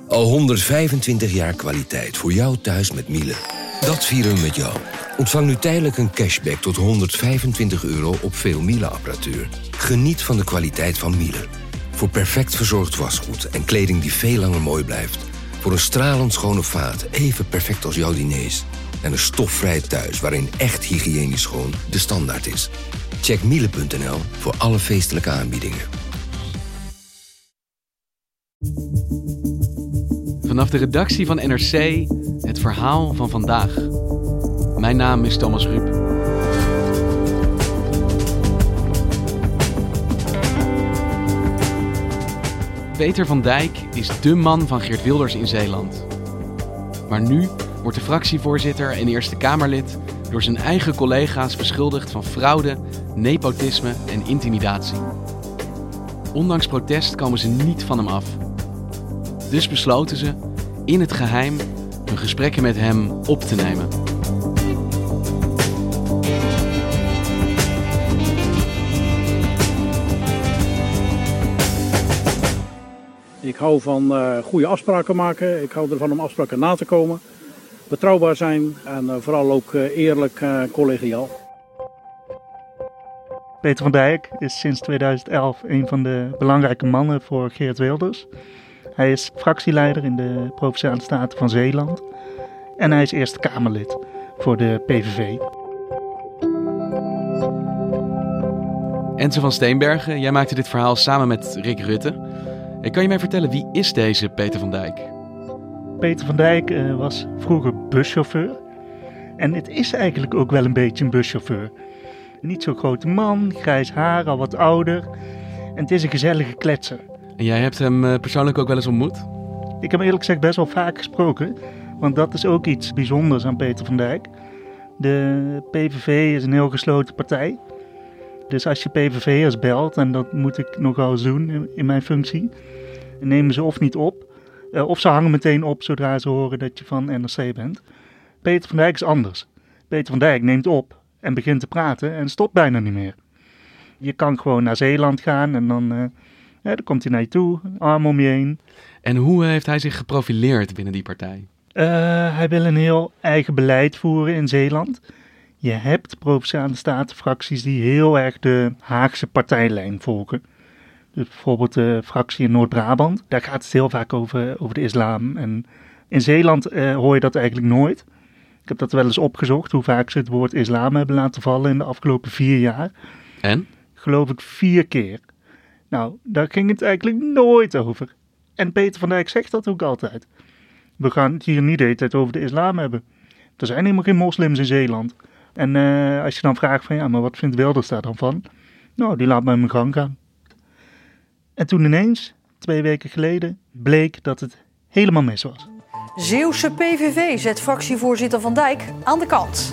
Al 125 jaar kwaliteit voor jou thuis met Miele. Dat vieren we met jou. Ontvang nu tijdelijk een cashback tot €125 op veel Miele-apparatuur. Geniet van de kwaliteit van Miele. Voor perfect verzorgd wasgoed en kleding die veel langer mooi blijft. Voor een stralend schone vaat, even perfect als jouw diners. En een stofvrij thuis waarin echt hygiënisch schoon de standaard is. Check miele.nl voor alle feestelijke aanbiedingen. Vanaf de redactie van NRC, het verhaal van vandaag. Mijn naam is Thomas Ruip. Peter van Dijk is dé man van Geert Wilders in Zeeland. Maar nu wordt de fractievoorzitter en Eerste Kamerlid door zijn eigen collega's beschuldigd van fraude, nepotisme en intimidatie. Ondanks protest komen ze niet van hem af. Dus besloten ze, in het geheim, hun gesprekken met hem op te nemen. Ik hou van goede afspraken maken. Ik hou ervan om afspraken na te komen. Betrouwbaar zijn en vooral ook eerlijk, collegiaal. Peter van Dijk is sinds 2011 een van de belangrijke mannen voor Geert Wilders. Hij is fractieleider in de Provinciale Staten van Zeeland. En hij is Eerste Kamerlid voor de PVV. Enzo van Steenbergen, jij maakte dit verhaal samen met Rick Rutte. Kan je mij vertellen, wie is deze Peter van Dijk? Peter van Dijk was vroeger buschauffeur. En het is eigenlijk ook wel een beetje een buschauffeur. Niet zo'n grote man, grijs haar, al wat ouder. En het is een gezellige kletser. En jij hebt hem persoonlijk ook wel eens ontmoet? Ik heb hem eerlijk gezegd best wel vaak gesproken. Want dat is ook iets bijzonders aan Peter van Dijk. De PVV is een heel gesloten partij. Dus als je PVV'ers belt, en dat moet ik nogal eens doen in mijn functie, nemen ze of niet op, of ze hangen meteen op zodra ze horen dat je van NRC bent. Peter van Dijk is anders. Peter van Dijk neemt op en begint te praten en stopt bijna niet meer. Je kan gewoon naar Zeeland gaan en dan komt hij naar je toe, arm om je heen. En hoe heeft hij zich geprofileerd binnen die partij? Hij wil een heel eigen beleid voeren in Zeeland. Je hebt Provinciale Statenfracties die heel erg de Haagse partijlijn volgen. Dus bijvoorbeeld de fractie in Noord-Brabant. Daar gaat het heel vaak over de islam. En in Zeeland hoor je dat eigenlijk nooit. Ik heb dat wel eens opgezocht, hoe vaak ze het woord islam hebben laten vallen in de afgelopen 4 jaar. En? Geloof ik 4 keer. Nou, daar ging het eigenlijk nooit over. En Peter van Dijk zegt dat ook altijd. We gaan het hier niet de hele tijd over de islam hebben. Er zijn helemaal geen moslims in Zeeland. En als je dan vraagt van ja, maar wat vindt Wilders daar dan van? Nou, die laat mij mijn gang gaan. En toen ineens, 2 weken geleden, bleek dat het helemaal mis was. Zeeuwse PVV zet fractievoorzitter Van Dijk aan de kant.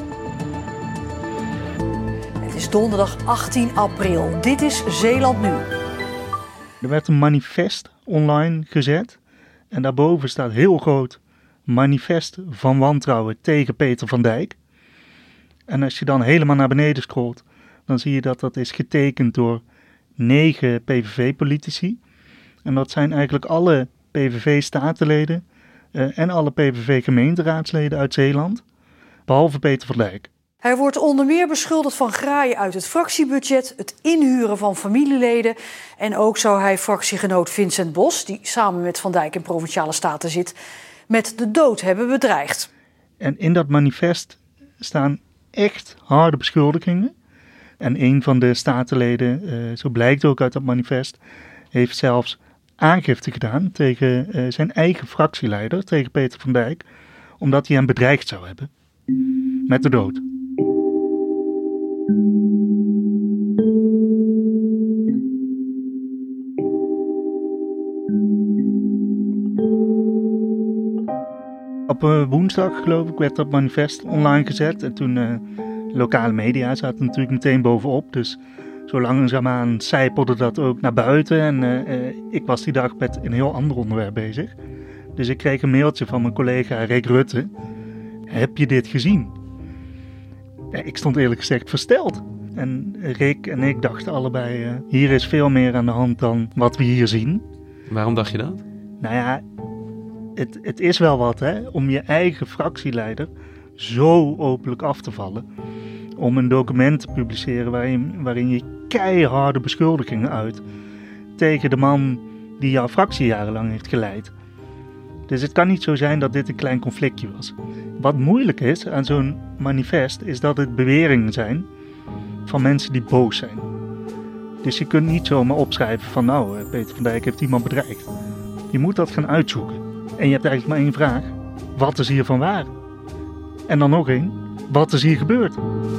Het is donderdag 18 april. Dit is Zeeland Nu. Er werd een manifest online gezet. En daarboven staat heel groot: manifest van wantrouwen tegen Peter van Dijk. En als je dan helemaal naar beneden scrolt, dan zie je dat dat is getekend door 9 PVV-politici. En dat zijn eigenlijk alle PVV-statenleden en alle PVV-gemeenteraadsleden uit Zeeland, behalve Peter van Dijk. Hij wordt onder meer beschuldigd van graaien uit het fractiebudget, het inhuren van familieleden. En ook zou hij fractiegenoot Vincent Bos, die samen met Van Dijk in Provinciale Staten zit, met de dood hebben bedreigd. En in dat manifest staan echt harde beschuldigingen. En een van de statenleden, zo blijkt ook uit dat manifest, heeft zelfs aangifte gedaan tegen zijn eigen fractieleider, tegen Peter van Dijk, omdat hij hem bedreigd zou hebben met de dood. Op woensdag, geloof ik, werd dat manifest online gezet. En toen lokale media zaten natuurlijk meteen bovenop. Dus zo langzaamaan sijpelde dat ook naar buiten. En ik was die dag met een heel ander onderwerp bezig. Dus ik kreeg een mailtje van mijn collega Rick Rutte. Heb je dit gezien? Ja, ik stond eerlijk gezegd versteld. En Rick en ik dachten allebei, hier is veel meer aan de hand dan wat we hier zien. Waarom dacht je dat? Nou ja, het is wel wat, hè, om je eigen fractieleider zo openlijk af te vallen. Om een document te publiceren waarin je keiharde beschuldigingen uit tegen de man die jouw fractie jarenlang heeft geleid. Dus het kan niet zo zijn dat dit een klein conflictje was. Wat moeilijk is aan zo'n manifest is dat het beweringen zijn van mensen die boos zijn. Dus je kunt niet zomaar opschrijven van nou, Peter van Dijk heeft iemand bedreigd. Je moet dat gaan uitzoeken. En je hebt eigenlijk maar één vraag. Wat is hiervan waar? En dan nog één. Wat is hier gebeurd?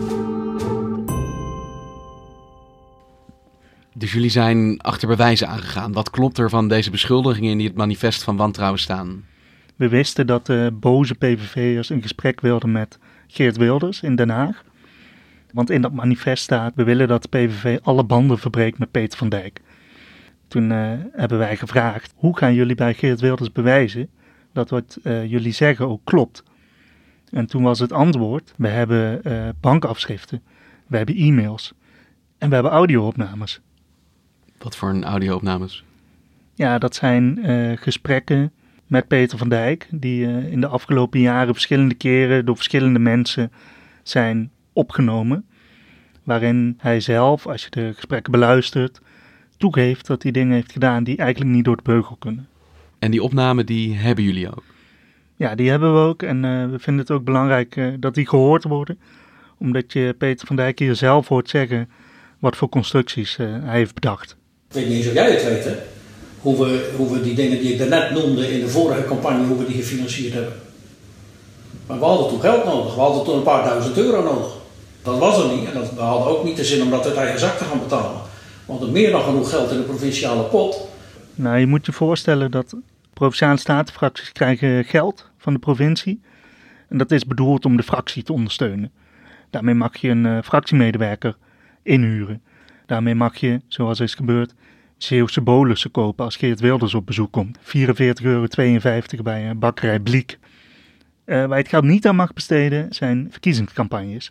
Dus jullie zijn achter bewijzen aangegaan. Wat klopt er van deze beschuldigingen die in het manifest van wantrouwen staan? We wisten dat de boze PVV'ers een gesprek wilden met Geert Wilders in Den Haag. Want in dat manifest staat, we willen dat de PVV alle banden verbreekt met Peter van Dijk. Toen hebben wij gevraagd, hoe gaan jullie bij Geert Wilders bewijzen dat wat jullie zeggen ook klopt? En toen was het antwoord, we hebben bankafschriften, we hebben e-mails en we hebben audio-opnames. Wat voor een audio-opnames? Ja, dat zijn gesprekken met Peter van Dijk, die in de afgelopen jaren verschillende keren door verschillende mensen zijn opgenomen. Waarin hij zelf, als je de gesprekken beluistert, toegeeft dat hij dingen heeft gedaan die eigenlijk niet door de beugel kunnen. En die opname, die hebben jullie ook? Ja, die hebben we ook. En we vinden het ook belangrijk dat die gehoord worden. Omdat je Peter van Dijk hier zelf hoort zeggen wat voor constructies hij heeft bedacht. Ik weet niet eens of jij het weet, hè? Hoe we die dingen die ik daarnet noemde in de vorige campagne, hoe we die gefinancierd hebben. Maar we hadden toen geld nodig. We hadden toen een paar duizend euro nodig. Dat was er niet. En we hadden ook niet de zin om dat uit eigen zak te gaan betalen. We hadden meer dan genoeg geld in de provinciale pot. Nou, je moet je voorstellen dat provinciale statenfracties krijgen geld van de provincie. En dat is bedoeld om de fractie te ondersteunen. Daarmee mag je een fractiemedewerker inhuren. Daarmee mag je, zoals is gebeurd, Zeeuwse bolussen kopen als Geert Wilders op bezoek komt. €44,52 bij bakkerij Bliek. Waar je het geld niet aan mag besteden zijn verkiezingscampagnes.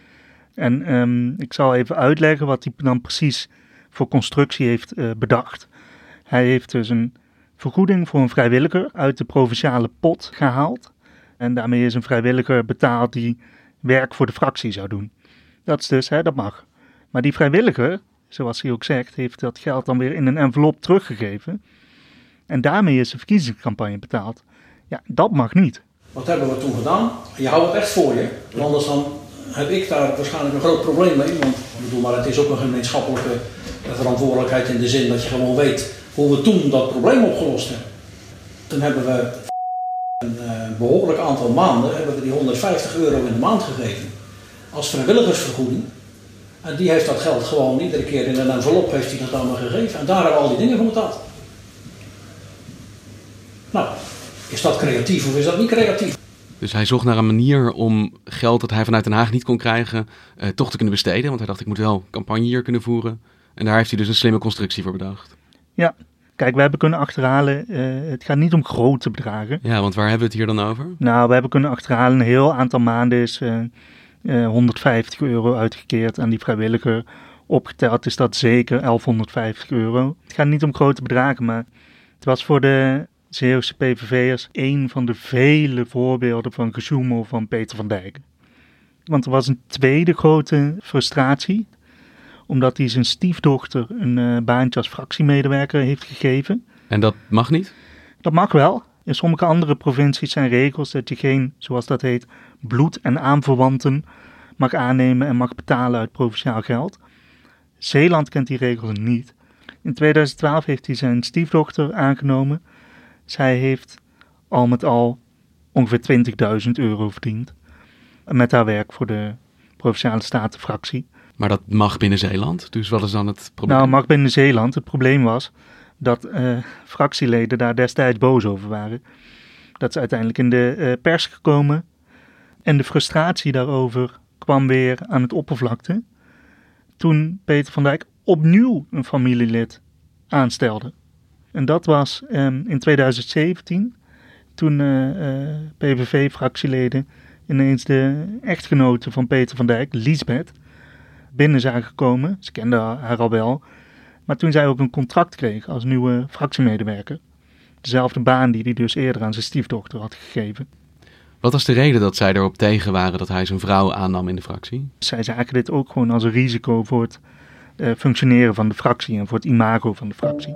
En ik zal even uitleggen wat hij dan precies voor constructie heeft bedacht. Hij heeft dus een vergoeding voor een vrijwilliger uit de provinciale pot gehaald. En daarmee is een vrijwilliger betaald die werk voor de fractie zou doen. Dat is dus, dat mag. Maar die vrijwilliger, zoals hij ook zegt, heeft dat geld dan weer in een envelop teruggegeven. En daarmee is de verkiezingscampagne betaald. Ja, dat mag niet. Wat hebben we toen gedaan? Je houdt het echt voor je. Anders dan heb ik daar waarschijnlijk een groot probleem mee. Want maar het is ook een gemeenschappelijke verantwoordelijkheid in de zin dat je gewoon weet hoe we toen dat probleem opgelost hebben. Toen hebben we een behoorlijk aantal maanden hebben we die €150 in de maand gegeven als vrijwilligersvergoeding. En die heeft dat geld gewoon iedere keer in een envelop heeft hij dat allemaal gegeven. En daar hebben we al die dingen voor betaald. Nou, is dat creatief of is dat niet creatief? Dus hij zocht naar een manier om geld dat hij vanuit Den Haag niet kon krijgen, toch te kunnen besteden. Want hij dacht, ik moet wel campagne hier kunnen voeren. En daar heeft hij dus een slimme constructie voor bedacht. Ja, kijk, we hebben kunnen achterhalen, het gaat niet om grote bedragen. Ja, want waar hebben we het hier dan over? Nou, we hebben kunnen achterhalen, een heel aantal maanden is €150 uitgekeerd aan die vrijwilliger. Opgeteld is dat zeker €1150. Het gaat niet om grote bedragen, maar het was voor de Zeeuwse PVV'ers een van de vele voorbeelden van gesjoemel van Peter van Dijk. Want er was een tweede grote frustratie, omdat hij zijn stiefdochter een baantje als fractiemedewerker heeft gegeven. En dat mag niet? Dat mag wel. In sommige andere provincies zijn regels dat je geen, zoals dat heet, bloed- en aanverwanten mag aannemen en mag betalen uit provinciaal geld. Zeeland kent die regels niet. In 2012 heeft hij zijn stiefdochter aangenomen. Zij heeft al met al ongeveer €20.000 verdiend met haar werk voor de Provinciale Statenfractie. Maar dat mag binnen Zeeland, dus wat is dan het probleem? Nou, mag binnen Zeeland. Het probleem was dat fractieleden daar destijds boos over waren. Dat is uiteindelijk in de pers gekomen. En de frustratie daarover kwam weer aan het oppervlakte toen Peter van Dijk opnieuw een familielid aanstelde. En dat was in 2017, toen PVV-fractieleden ineens de echtgenote van Peter van Dijk, Liesbeth, binnen zijn gekomen. Ze kenden haar al wel. Maar toen zij ook een contract kreeg als nieuwe fractiemedewerker. dezelfde baan die hij dus eerder aan zijn stiefdochter had gegeven. Wat was de reden dat zij erop tegen waren dat hij zijn vrouw aannam in de fractie? Zij zagen dit ook gewoon als een risico voor het functioneren van de fractie en voor het imago van de fractie.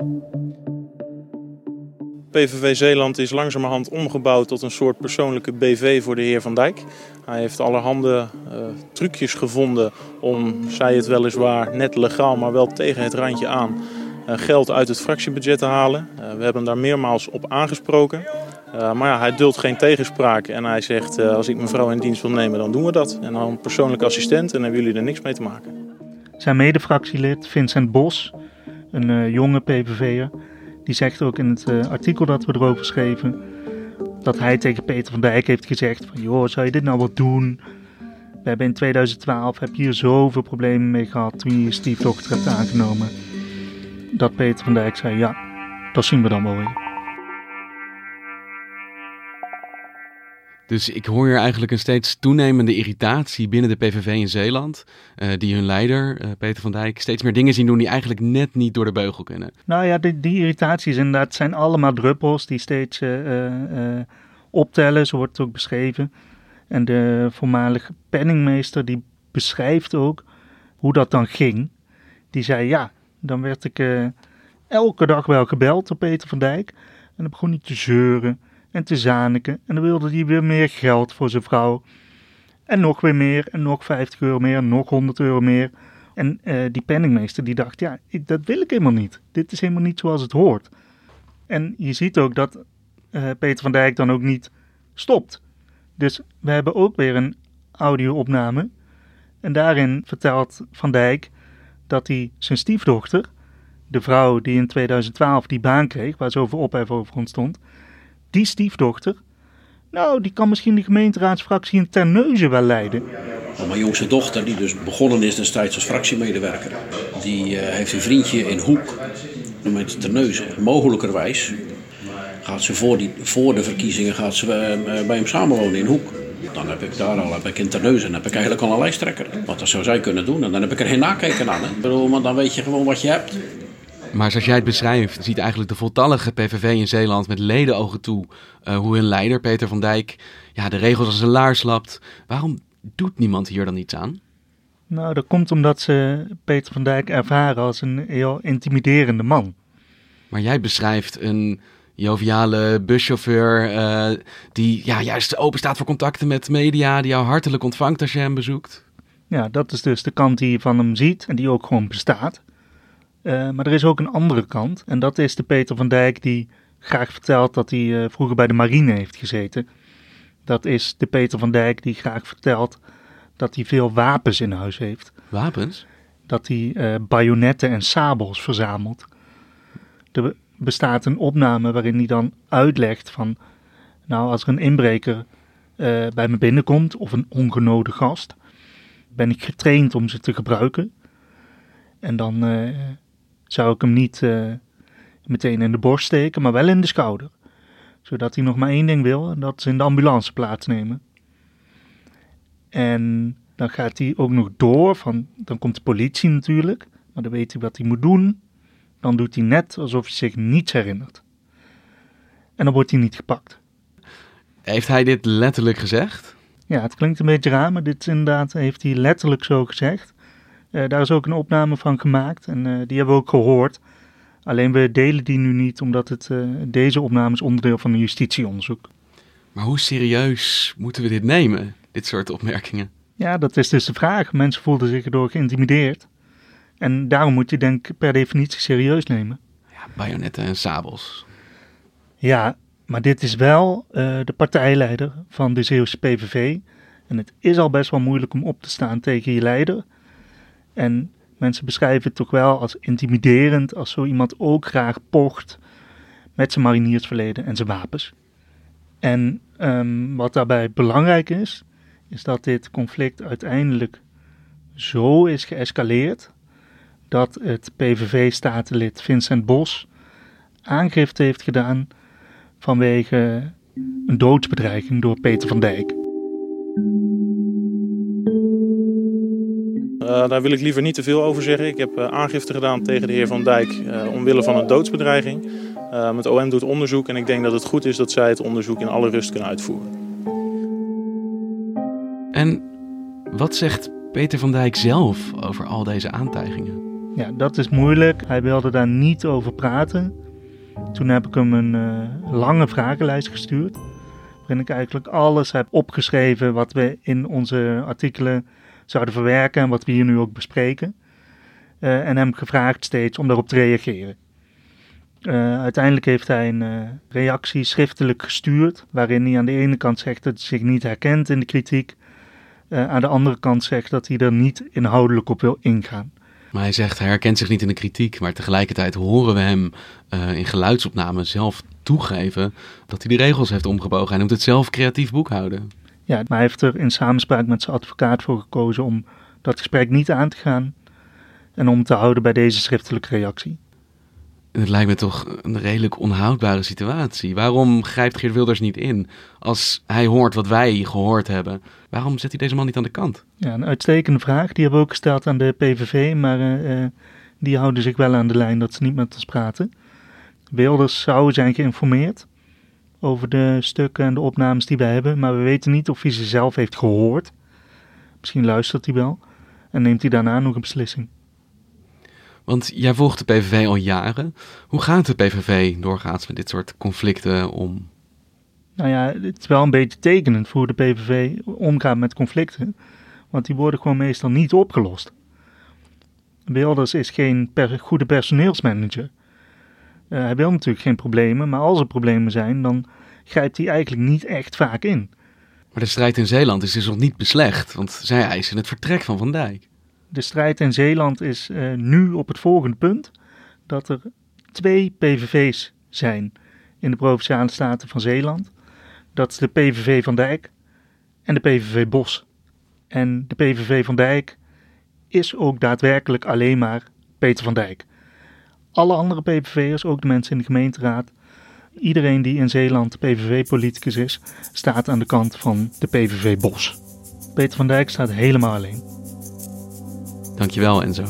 PVV Zeeland is langzamerhand omgebouwd tot een soort persoonlijke BV voor de heer Van Dijk. Hij heeft allerhande trucjes gevonden om, zij het weliswaar net legaal, maar wel tegen het randje aan, geld uit het fractiebudget te halen. We hebben hem daar meermaals op aangesproken. Maar ja, hij duldt geen tegenspraak en hij zegt, als ik mijn vrouw in dienst wil nemen, dan doen we dat. En dan een persoonlijke assistent en dan hebben jullie er niks mee te maken. Zijn medefractielid Vincent Bos, een jonge PVV'er, die zegt ook in het artikel dat we erover schreven, dat hij tegen Peter van Dijk heeft gezegd van, joh, zou je dit nou wat doen? We hebben in 2012, heb je hier zoveel problemen mee gehad toen je je stiefdochter hebt aangenomen. Dat Peter van Dijk zei, ja, dat zien we dan wel weer. Dus ik hoor hier eigenlijk een steeds toenemende irritatie binnen de PVV in Zeeland. Die hun leider, Peter van Dijk, steeds meer dingen zien doen die eigenlijk net niet door de beugel kunnen. Nou ja, die irritaties inderdaad zijn allemaal druppels die steeds optellen, zo wordt het ook beschreven. En de voormalige penningmeester die beschrijft ook hoe dat dan ging. Die zei, ja, dan werd ik elke dag wel gebeld door Peter van Dijk. En dan begon hij te zeuren en te zaniken. En dan wilde hij weer meer geld voor zijn vrouw. En nog weer meer, en nog 50 euro meer, en nog 100 euro meer. En die penningmeester die dacht, ja, dat wil ik helemaal niet. Dit is helemaal niet zoals het hoort. En je ziet ook dat Peter van Dijk dan ook niet stopt. Dus we hebben ook weer een audio-opname. En daarin vertelt Van Dijk dat hij zijn stiefdochter, de vrouw die in 2012 die baan kreeg, waar zoveel ophef over ontstond, die stiefdochter, nou, die kan misschien de gemeenteraadsfractie in Terneuzen wel leiden. Mijn jongste dochter, die dus begonnen is destijds als fractiemedewerker, die heeft een vriendje in Hoek, met Terneuzen. Mogelijkerwijs gaat ze voor de verkiezingen gaat ze bij hem samenwonen in Hoek. Dan heb ik in Terneuzen eigenlijk al een lijsttrekker. Want dat zou zij kunnen doen en dan heb ik er geen nakijken aan. Hè. Ik bedoel, want dan weet je gewoon wat je hebt. Maar zoals jij het beschrijft, ziet eigenlijk de voltallige PVV in Zeeland met ledenogen toe hoe hun leider, Peter van Dijk, de regels als een laars lapt. Waarom doet niemand hier dan iets aan? Nou, dat komt omdat ze Peter van Dijk ervaren als een heel intimiderende man. Maar jij beschrijft een joviale buschauffeur die juist open staat voor contacten met media, die jou hartelijk ontvangt als je hem bezoekt. Ja, dat is dus de kant die je van hem ziet en die ook gewoon bestaat. Maar er is ook een andere kant en dat is de Peter van Dijk die graag vertelt dat hij vroeger bij de marine heeft gezeten. Dat is de Peter van Dijk die graag vertelt dat hij veel wapens in huis heeft. Wapens? Dat hij bajonetten en sabels verzamelt. Er bestaat een opname waarin hij dan uitlegt van, nou, als er een inbreker bij me binnenkomt of een ongenode gast, ben ik getraind om ze te gebruiken. En dan zou ik hem niet meteen in de borst steken, maar wel in de schouder. Zodat hij nog maar één ding wil en dat is in de ambulance plaatsnemen. En dan gaat hij ook nog door, dan komt de politie natuurlijk, maar dan weet hij wat hij moet doen. Dan doet hij net alsof hij zich niets herinnert. En dan wordt hij niet gepakt. Heeft hij dit letterlijk gezegd? Ja, het klinkt een beetje raar, maar dit inderdaad heeft hij letterlijk zo gezegd. Daar is ook een opname van gemaakt en die hebben we ook gehoord. Alleen we delen die nu niet, omdat deze opname is onderdeel van een justitieonderzoek. Maar hoe serieus moeten we dit nemen, dit soort opmerkingen? Ja, dat is dus de vraag. Mensen voelden zich erdoor geïntimideerd. En daarom moet je denk ik per definitie serieus nemen. Ja, bajonetten en sabels. Ja, maar dit is wel de partijleider van de Zeeuwse PVV. En het is al best wel moeilijk om op te staan tegen je leider. En mensen beschrijven het toch wel als intimiderend als zo iemand ook graag pocht met zijn mariniersverleden en zijn wapens. En wat daarbij belangrijk is dat dit conflict uiteindelijk zo is geëscaleerd dat het PVV-statenlid Vincent Bos aangifte heeft gedaan vanwege een doodsbedreiging door Peter van Dijk. Daar wil ik liever niet te veel over zeggen. Ik heb aangifte gedaan tegen de heer Van Dijk omwille van een doodsbedreiging. Het OM doet onderzoek en ik denk dat het goed is dat zij het onderzoek in alle rust kunnen uitvoeren. En wat zegt Peter van Dijk zelf over al deze aantijgingen? Ja, dat is moeilijk. Hij wilde daar niet over praten. Toen heb ik hem een lange vragenlijst gestuurd. Waarin ik eigenlijk alles heb opgeschreven wat we in onze artikelen zouden verwerken en wat we hier nu ook bespreken. En hem gevraagd steeds om daarop te reageren. Uiteindelijk heeft hij een reactie schriftelijk gestuurd, waarin hij aan de ene kant zegt dat hij zich niet herkent in de kritiek. Aan de andere kant zegt dat hij er niet inhoudelijk op wil ingaan. Maar hij zegt hij herkent zich niet in de kritiek, maar tegelijkertijd horen we hem in geluidsopnamen zelf toegeven dat hij de regels heeft omgebogen. Hij noemt het zelf creatief boekhouden. Ja, maar hij heeft er in samenspraak met zijn advocaat voor gekozen om dat gesprek niet aan te gaan en om te houden bij deze schriftelijke reactie. Het lijkt me toch een redelijk onhoudbare situatie. Waarom grijpt Geert Wilders niet in? Als hij hoort wat wij gehoord hebben, waarom zet hij deze man niet aan de kant? Ja, een uitstekende vraag. Die hebben we ook gesteld aan de PVV, maar die houden zich wel aan de lijn dat ze niet met ons praten. Wilders zou zijn geïnformeerd over de stukken en de opnames die wij hebben, maar we weten niet of hij ze zelf heeft gehoord. Misschien luistert hij wel en neemt hij daarna nog een beslissing. Want jij volgt de PVV al jaren. Hoe gaat de PVV doorgaans met dit soort conflicten om? Nou ja, het is wel een beetje tekenend voor de PVV omgaat met conflicten. Want die worden gewoon meestal niet opgelost. Wilders is geen goede personeelsmanager. Hij wil natuurlijk geen problemen, maar als er problemen zijn, dan grijpt hij eigenlijk niet echt vaak in. Maar de strijd in Zeeland is dus nog niet beslecht, want zij eisen het vertrek van Van Dijk. De strijd in Zeeland is nu op het volgende punt dat er 2 PVV's zijn in de Provinciale Staten van Zeeland. Dat is de PVV Van Dijk en de PVV Bos. En de PVV Van Dijk is ook daadwerkelijk alleen maar Peter van Dijk. Alle andere PVV'ers, ook de mensen in de gemeenteraad, iedereen die in Zeeland PVV-politicus is, staat aan de kant van de PVV Bos. Peter van Dijk staat helemaal alleen. Dankjewel, Enzo.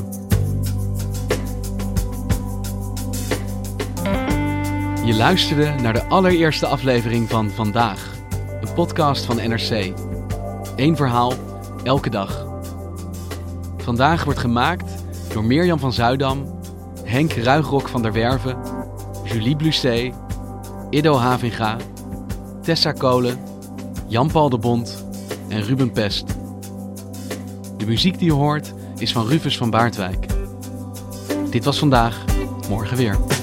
Je luisterde naar de allereerste aflevering van Vandaag, een podcast van NRC. 1 verhaal, elke dag. Vandaag wordt gemaakt door Mirjam van Zuidam, Henk Ruigrok van der Werven, Julie Blusset, Ido Havinga, Tessa Kolen, Jan-Paul de Bond en Ruben Pest. De muziek die je hoort is van Rufus van Baardwijk. Dit was Vandaag, morgen weer.